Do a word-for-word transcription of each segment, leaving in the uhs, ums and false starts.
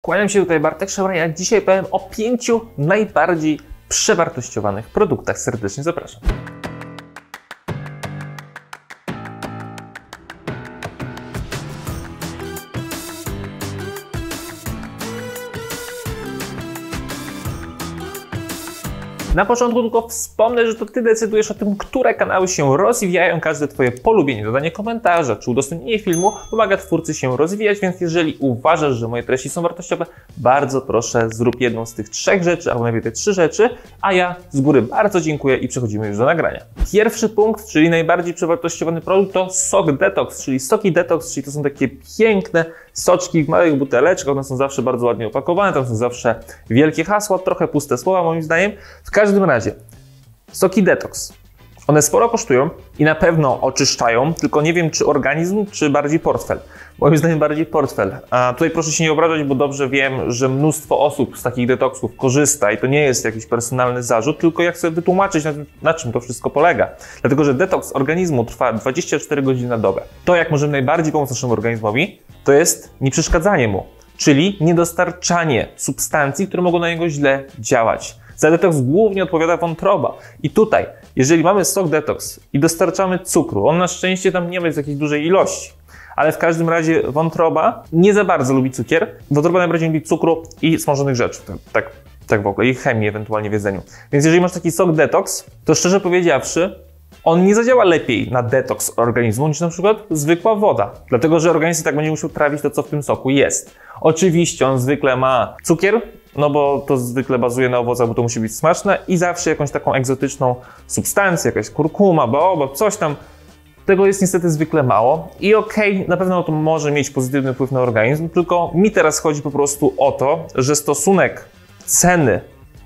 Kłaniam się tutaj, Bartek Szabra, ja dzisiaj powiem o pięciu najbardziej przewartościowanych produktach. Serdecznie zapraszam. Na początku tylko wspomnę, że to Ty decydujesz o tym, które kanały się rozwijają. Każde Twoje polubienie, dodanie komentarza czy udostępnienie filmu pomaga twórcy się rozwijać, więc jeżeli uważasz, że moje treści są wartościowe, bardzo proszę, zrób jedną z tych trzech rzeczy, albo najlepiej te trzy rzeczy, a ja z góry bardzo dziękuję i przechodzimy już do nagrania. Pierwszy punkt, czyli najbardziej przewartościowany produkt, to sok detoks, czyli soki detoks, czyli to są takie piękne soczki w małych buteleczkach, one są zawsze bardzo ładnie opakowane, tam są zawsze wielkie hasła, trochę puste słowa moim zdaniem. W każdym razie, soki detoks, one sporo kosztują i na pewno oczyszczają, tylko nie wiem, czy organizm, czy bardziej portfel. Moim zdaniem bardziej portfel. A tutaj proszę się nie obrażać, bo dobrze wiem, że mnóstwo osób z takich detoksów korzysta i to nie jest jakiś personalny zarzut, tylko ja chcę wytłumaczyć, na, na czym to wszystko polega. Dlatego, że detoks organizmu trwa dwadzieścia cztery godziny na dobę. To, jak możemy najbardziej pomóc naszemu organizmowi, to jest nieprzeszkadzanie mu, czyli niedostarczanie substancji, które mogą na niego źle działać. Za detoks głównie odpowiada wątroba. I tutaj, jeżeli mamy sok detoks i dostarczamy cukru, on na szczęście tam nie ma w jakiejś dużej ilości, ale w każdym razie wątroba nie za bardzo lubi cukier, wątroba najbardziej lubi cukru i smażonych rzeczy, tak, tak w ogóle, i chemii ewentualnie w jedzeniu. Więc jeżeli masz taki sok detoks, to szczerze powiedziawszy, on nie zadziała lepiej na detoks organizmu niż na przykład zwykła woda, dlatego że organizm tak będzie musiał trawić to, co w tym soku jest. Oczywiście on zwykle ma cukier, no bo to zwykle bazuje na owocach, bo to musi być smaczne i zawsze jakąś taką egzotyczną substancję, jakaś kurkuma, baobab, coś tam. Tego jest niestety zwykle mało i okej, okay, na pewno to może mieć pozytywny wpływ na organizm, tylko mi teraz chodzi po prostu o to, że stosunek ceny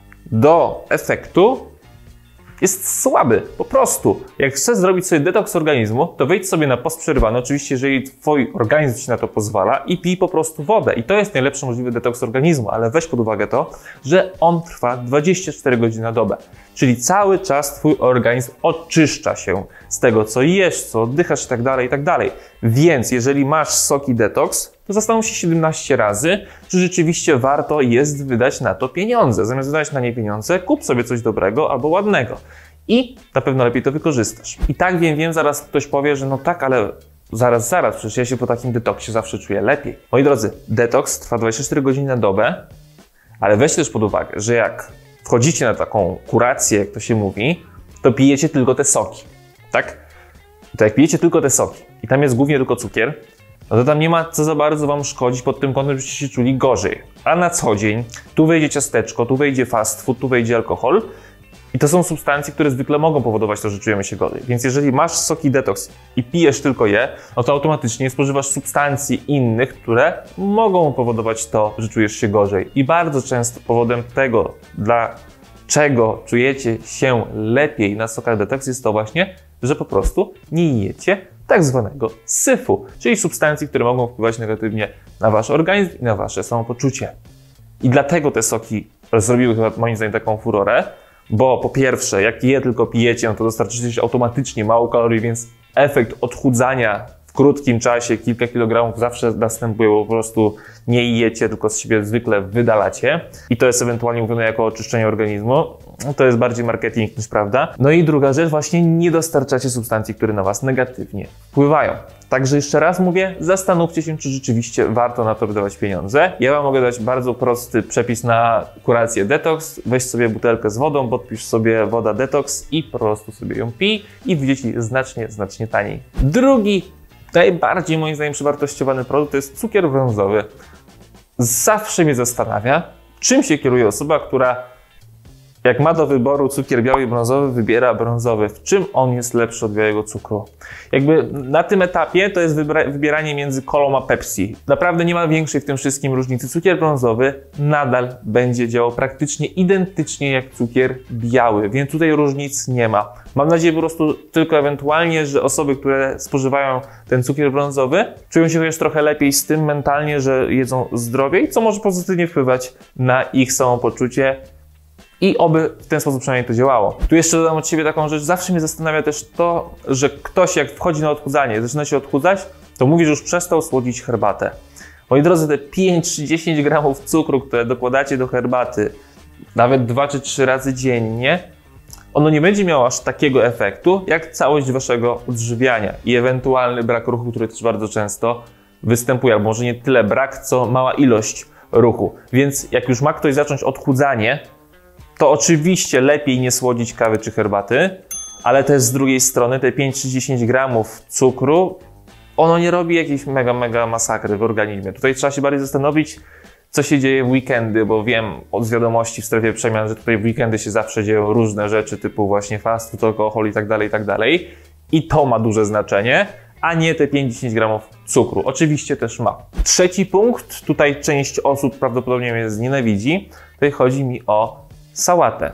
do efektu jest słaby, po prostu. Jak chcesz zrobić sobie detoks organizmu, to wejdź sobie na post przerywany, oczywiście jeżeli Twój organizm Ci na to pozwala i pij po prostu wodę. I to jest najlepszy możliwy detoks organizmu, ale weź pod uwagę to, że on trwa dwadzieścia cztery godziny na dobę. Czyli cały czas Twój organizm oczyszcza się z tego, co jesz, co oddychasz i tak dalej, i tak dalej. Więc jeżeli masz soki detoks, to zastanów się siedemnaście razy, czy rzeczywiście warto jest wydać na to pieniądze. Zamiast wydać na nie pieniądze, kup sobie coś dobrego albo ładnego. I na pewno lepiej to wykorzystasz. I tak wiem, wiem, zaraz ktoś powie, że no tak, ale zaraz, zaraz, przecież ja się po takim detoksie zawsze czuję lepiej. Moi drodzy, detoks trwa dwadzieścia cztery godziny na dobę, ale weźcie też pod uwagę, że jak wchodzicie na taką kurację, jak to się mówi, to pijecie tylko te soki, tak? To jak pijecie tylko te soki i tam jest głównie tylko cukier, no to tam nie ma co za bardzo Wam szkodzić pod tym kątem, żebyście się czuli gorzej. A na co dzień tu wejdzie ciasteczko, tu wejdzie fast food, tu wejdzie alkohol i to są substancje, które zwykle mogą powodować to, że czujemy się gorzej. Więc jeżeli masz soki detoks i pijesz tylko je, no to automatycznie spożywasz substancji innych, które mogą powodować to, że czujesz się gorzej. I bardzo często powodem tego, dlaczego czujecie się lepiej na sokach detoks, jest to właśnie, że po prostu nie jecie tak zwanego syfu, czyli substancji, które mogą wpływać negatywnie na Wasz organizm i na Wasze samopoczucie. I dlatego te soki zrobiły chyba moim zdaniem taką furorę, bo po pierwsze, jak je tylko pijecie, no to dostarczycie automatycznie mało kalorii, więc efekt odchudzania w krótkim czasie, kilka kilogramów zawsze następuje, bo po prostu nie jecie, tylko z siebie zwykle wydalacie. I to jest ewentualnie mówione jako oczyszczenie organizmu. To jest bardziej marketing niż prawda. No i druga rzecz, właśnie nie dostarczacie substancji, które na Was negatywnie wpływają. Także jeszcze raz mówię, zastanówcie się, czy rzeczywiście warto na to wydawać pieniądze. Ja Wam mogę dać bardzo prosty przepis na kurację detoks. Weź sobie butelkę z wodą, podpisz sobie woda detoks i po prostu sobie ją pij i wyjdzie Ci znacznie, znacznie taniej. Drugi, najbardziej moim zdaniem przewartościowany produkt to jest cukier brązowy. Zawsze mnie zastanawia, czym się kieruje osoba, która jak ma do wyboru cukier biały i brązowy, wybiera brązowy. W czym on jest lepszy od białego cukru? Jakby na tym etapie to jest wybieranie między kolą a Pepsi. Naprawdę nie ma większej w tym wszystkim różnicy. Cukier brązowy nadal będzie działał praktycznie identycznie jak cukier biały, więc tutaj różnic nie ma. Mam nadzieję po prostu tylko ewentualnie, że osoby, które spożywają ten cukier brązowy, czują się chociaż trochę lepiej z tym mentalnie, że jedzą zdrowiej, co może pozytywnie wpływać na ich samopoczucie. I oby w ten sposób przynajmniej to działało. Tu jeszcze dodam od siebie taką rzecz. Zawsze mnie zastanawia też to, że ktoś jak wchodzi na odchudzanie, zaczyna się odchudzać, to mówi, że już przestał słodzić herbatę. Moi drodzy, te pięć czy dziesięć gramów cukru, które dokładacie do herbaty, nawet dwa czy trzy razy dziennie, ono nie będzie miało aż takiego efektu, jak całość waszego odżywiania i ewentualny brak ruchu, który też bardzo często występuje, albo może nie tyle brak, co mała ilość ruchu. Więc jak już ma ktoś zacząć odchudzanie, to oczywiście lepiej nie słodzić kawy czy herbaty, ale też z drugiej strony te pięć czy dziesięć gramów cukru, ono nie robi jakiejś mega, mega masakry w organizmie. Tutaj trzeba się bardziej zastanowić, co się dzieje w weekendy, bo wiem od wiadomości w strefie przemian, że tutaj w weekendy się zawsze dzieją różne rzeczy, typu właśnie fast food, alkohol i tak dalej, i tak dalej. I to ma duże znaczenie, a nie te pięć do dziesięciu gramów cukru. Oczywiście też ma. Trzeci punkt, tutaj część osób prawdopodobnie mnie znienawidzi, tutaj chodzi mi o sałatę.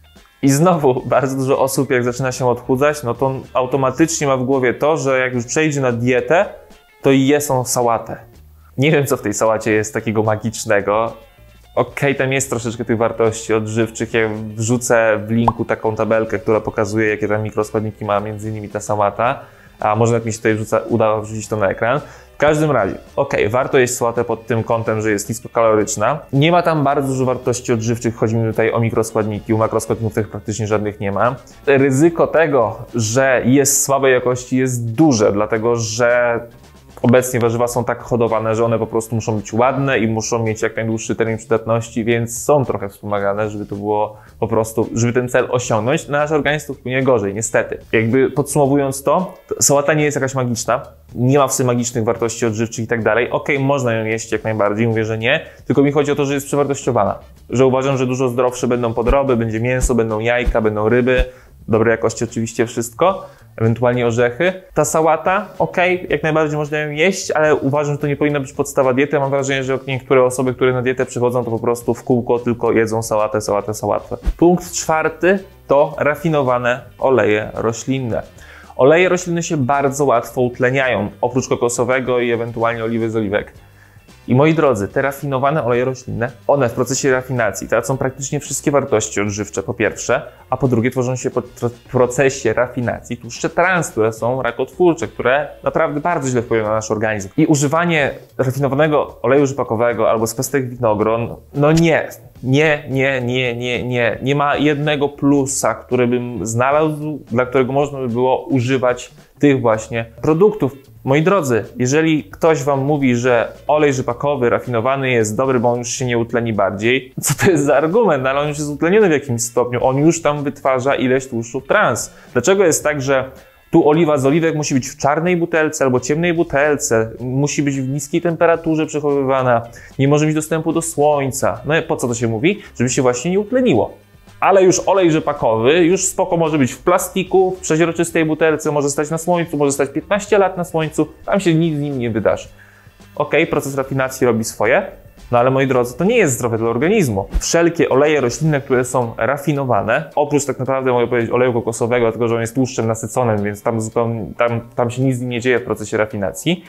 I znowu bardzo dużo osób, jak zaczyna się odchudzać, no to automatycznie ma w głowie to, że jak już przejdzie na dietę, to jedzą sałatę. Nie wiem, co w tej sałacie jest takiego magicznego. Okej, okay, tam jest troszeczkę tych wartości odżywczych. Ja wrzucę w linku taką tabelkę, która pokazuje, jakie tam mikroskładniki ma między innymi ta sałata. A może jak mi się tutaj wrzuca, uda wrzucić to na ekran. W każdym razie, okej, okay, warto jeść sałatę pod tym kątem, że jest niskokaloryczna. Nie ma tam bardzo dużo wartości odżywczych, chodzi mi tutaj o mikroskładniki, u makroskładników tych praktycznie żadnych nie ma. Ryzyko tego, że jest słabej jakości, jest duże, dlatego że obecnie warzywa są tak hodowane, że one po prostu muszą być ładne i muszą mieć jak najdłuższy termin przydatności, więc są trochę wspomagane, żeby to było po prostu, żeby ten cel osiągnąć. Na nasz organizm to wpłynie gorzej, niestety. Jakby podsumowując to, sałata nie jest jakaś magiczna, nie ma w sobie magicznych wartości odżywczych i tak dalej. Okej, można ją jeść jak najbardziej, mówię, że nie, tylko mi chodzi o to, że jest przewartościowana. Że uważam, że dużo zdrowsze będą podroby, będzie mięso, będą jajka, będą ryby, dobrej jakości oczywiście wszystko, ewentualnie orzechy. Ta sałata, okej, okay, jak najbardziej można ją jeść, ale uważam, że to nie powinna być podstawa diety. Mam wrażenie, że niektóre osoby, które na dietę przychodzą, to po prostu w kółko tylko jedzą sałatę, sałatę, sałatę. Punkt czwarty to rafinowane oleje roślinne. Oleje roślinne się bardzo łatwo utleniają, oprócz kokosowego i ewentualnie oliwy z oliwek. I moi drodzy, te rafinowane oleje roślinne, one w procesie rafinacji tracą praktycznie wszystkie wartości odżywcze, po pierwsze, a po drugie tworzą się po procesie rafinacji tłuszcze trans, które są rakotwórcze, które naprawdę bardzo źle wpływają na nasz organizm. I używanie rafinowanego oleju rzepakowego albo z pestek winogron, no nie, nie, nie, nie, nie, nie. Nie ma jednego plusa, który bym znalazł, dla którego można by było używać tych właśnie produktów. Moi drodzy, jeżeli ktoś wam mówi, że olej rzepakowy rafinowany jest dobry, bo on już się nie utleni bardziej, co to jest za argument? No, ale on już jest utleniony w jakimś stopniu, on już tam wytwarza ileś tłuszczów trans. Dlaczego jest tak, że tu oliwa z oliwek musi być w czarnej butelce albo ciemnej butelce, musi być w niskiej temperaturze przechowywana, nie może mieć dostępu do słońca. No i po co to się mówi? Żeby się właśnie nie utleniło. Ale już olej rzepakowy, już spoko może być w plastiku, w przeźroczystej butelce, może stać na słońcu, może stać piętnaście lat na słońcu, tam się nic z nim nie wydarzy. Okej, proces rafinacji robi swoje, no ale moi drodzy, to nie jest zdrowe dla organizmu. Wszelkie oleje roślinne, które są rafinowane, oprócz tak naprawdę mogę powiedzieć oleju kokosowego, dlatego że on jest tłuszczem nasyconym, więc tam, zupełnie, tam, tam się nic z nim nie dzieje w procesie rafinacji,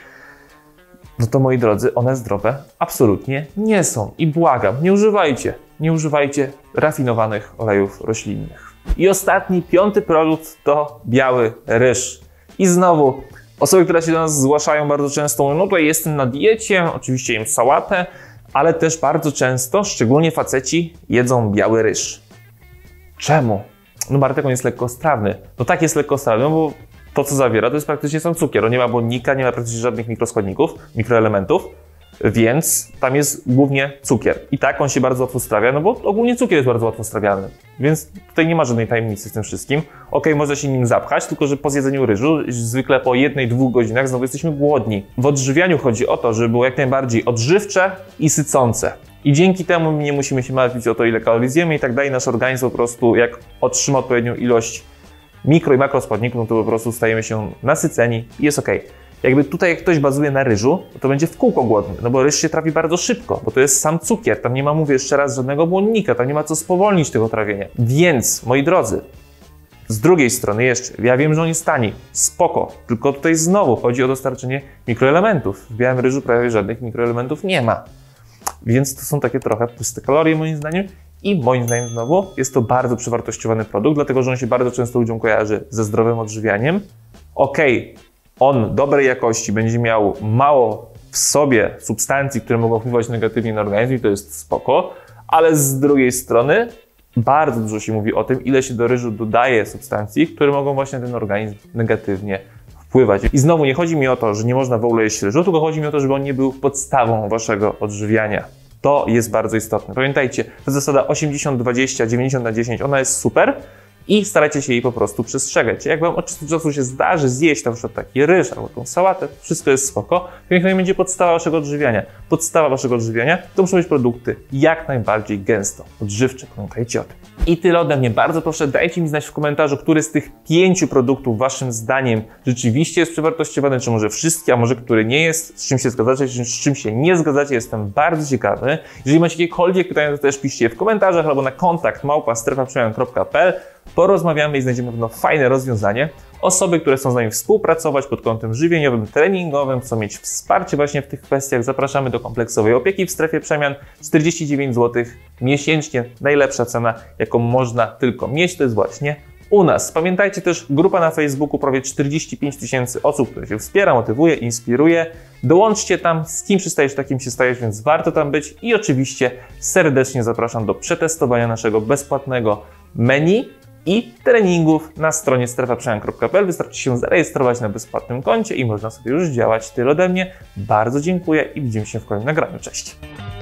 no to moi drodzy, one zdrowe absolutnie nie są. I błagam, nie używajcie, nie używajcie rafinowanych olejów roślinnych. I ostatni, piąty produkt to biały ryż. I znowu, osoby, które się do nas zgłaszają bardzo często, mówią, no to jestem na diecie, oczywiście jem sałatę, ale też bardzo często, szczególnie faceci, jedzą biały ryż. Czemu? No Bartek, on jest lekkostrawny. No tak, jest lekkostrawny, no bo to, co zawiera, to jest praktycznie sam cukier. On nie ma błonnika, nie ma praktycznie żadnych mikroskładników, mikroelementów, więc tam jest głównie cukier. I tak on się bardzo łatwo strawia, no bo ogólnie cukier jest bardzo łatwo strawialny. Więc tutaj nie ma żadnej tajemnicy z tym wszystkim. Okej, można się nim zapchać, tylko że po zjedzeniu ryżu, zwykle po jednej, dwóch godzinach znowu jesteśmy głodni. W odżywianiu chodzi o to, żeby było jak najbardziej odżywcze i sycące. I dzięki temu nie musimy się martwić o to, ile kalorii zjemy i tak dalej. Nasz organizm po prostu, jak otrzyma odpowiednią ilość mikro i makroskładników, no to po prostu stajemy się nasyceni i jest ok. Jakby tutaj jak ktoś bazuje na ryżu, to będzie w kółko głodny, no bo ryż się trawi bardzo szybko, bo to jest sam cukier, tam nie ma, mówię jeszcze raz, żadnego błonnika, tam nie ma co spowolnić tego trawienia. Więc, moi drodzy, z drugiej strony jeszcze, ja wiem, że on jest tani, spoko, tylko tutaj znowu chodzi o dostarczenie mikroelementów. W białym ryżu prawie żadnych mikroelementów nie ma. Więc to są takie trochę puste kalorie moim zdaniem. I moim zdaniem znowu jest to bardzo przewartościowany produkt, dlatego że on się bardzo często ludziom kojarzy ze zdrowym odżywianiem. Okej, okay, on dobrej jakości będzie miał mało w sobie substancji, które mogą wpływać negatywnie na organizm i to jest spoko, ale z drugiej strony bardzo dużo się mówi o tym, ile się do ryżu dodaje substancji, które mogą właśnie na ten organizm negatywnie wpływać. I znowu nie chodzi mi o to, że nie można w ogóle jeść ryżu, tylko chodzi mi o to, żeby on nie był podstawą waszego odżywiania. To jest bardzo istotne. Pamiętajcie, to zasada osiemdziesiąt dwadzieścia, dziewięćdziesiąt na dziesięć, ona jest super i starajcie się jej po prostu przestrzegać. Jak wam od czasu do czasu się zdarzy zjeść na przykład taki ryż albo tą sałatę, wszystko jest spoko, to niech to nie będzie podstawa waszego odżywiania. Podstawa waszego odżywiania to muszą być produkty jak najbardziej gęsto odżywcze. Pamiętajcie o tym. I tyle ode mnie. Bardzo proszę, dajcie mi znać w komentarzu, który z tych pięciu produktów waszym zdaniem rzeczywiście jest przewartościowany, czy może wszystkie, a może który nie jest, z czym się zgadzacie, czy z czym się nie zgadzacie. Jestem bardzo ciekawy. Jeżeli macie jakiekolwiek pytania, to też piszcie je w komentarzach albo na kontakt małpa strefa przemian kropka p l. Porozmawiamy i znajdziemy pewno fajne rozwiązanie. Osoby, które chcą z nami współpracować pod kątem żywieniowym, treningowym, chcą mieć wsparcie właśnie w tych kwestiach, zapraszamy do kompleksowej opieki w strefie przemian. czterdzieści dziewięć złotych miesięcznie, najlepsza cena, jaką można tylko mieć, to jest właśnie u nas. Pamiętajcie też, grupa na Facebooku, prawie czterdzieści pięć tysięcy osób, które się wspiera, motywuje, inspiruje. Dołączcie tam, z kim przystajesz, takim się stajesz, więc warto tam być. I oczywiście serdecznie zapraszam do przetestowania naszego bezpłatnego menu i treningów na stronie strefa przemian kropka p l. Wystarczy się zarejestrować na bezpłatnym koncie i można sobie już działać. Tyle ode mnie. Bardzo dziękuję i widzimy się w kolejnym nagraniu. Cześć!